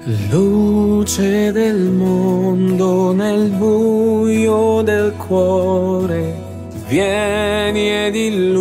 Luce del mondo nel buio del cuore, vieni ed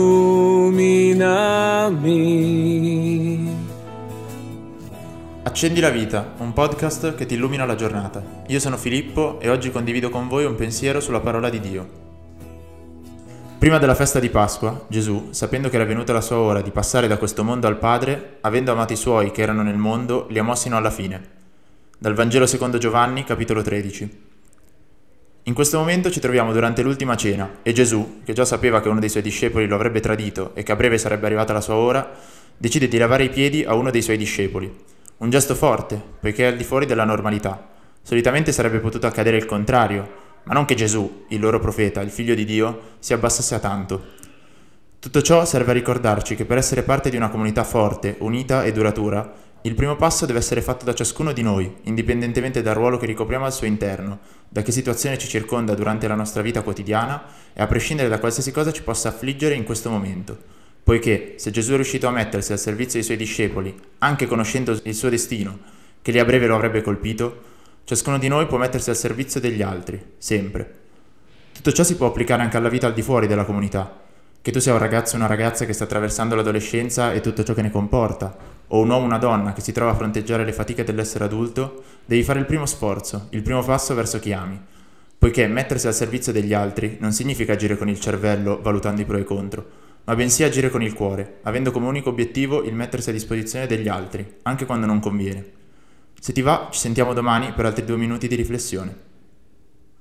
illuminami. Accendi la vita, un podcast che ti illumina la giornata. Io sono Filippo e oggi condivido con voi un pensiero sulla parola di Dio. Prima della festa di Pasqua, Gesù, sapendo che era venuta la sua ora di passare da questo mondo al Padre, avendo amato i suoi che erano nel mondo, li amò sino alla fine. Dal Vangelo secondo Giovanni, capitolo 13. In questo momento ci troviamo durante l'ultima cena e Gesù, che già sapeva che uno dei suoi discepoli lo avrebbe tradito e che a breve sarebbe arrivata la sua ora, decide di lavare i piedi a uno dei suoi discepoli. Un gesto forte, poiché è al di fuori della normalità. Solitamente sarebbe potuto accadere il contrario, ma non che Gesù, il loro profeta, il figlio di Dio, si abbassasse a tanto. Tutto ciò serve a ricordarci che per essere parte di una comunità forte, unita e duratura, il primo passo deve essere fatto da ciascuno di noi, indipendentemente dal ruolo che ricopriamo al suo interno, da che situazione ci circonda durante la nostra vita quotidiana e a prescindere da qualsiasi cosa ci possa affliggere in questo momento. Poiché, se Gesù è riuscito a mettersi al servizio dei suoi discepoli, anche conoscendo il suo destino, che lì a breve lo avrebbe colpito, ciascuno di noi può mettersi al servizio degli altri, sempre. Tutto ciò si può applicare anche alla vita al di fuori della comunità. Che tu sia un ragazzo o una ragazza che sta attraversando l'adolescenza e tutto ciò che ne comporta, o un uomo o una donna che si trova a fronteggiare le fatiche dell'essere adulto, devi fare il primo sforzo, il primo passo verso chi ami. Poiché mettersi al servizio degli altri non significa agire con il cervello valutando i pro e i contro, ma bensì agire con il cuore, avendo come unico obiettivo il mettersi a disposizione degli altri, anche quando non conviene. Se ti va, ci sentiamo domani per altri 2 minuti di riflessione.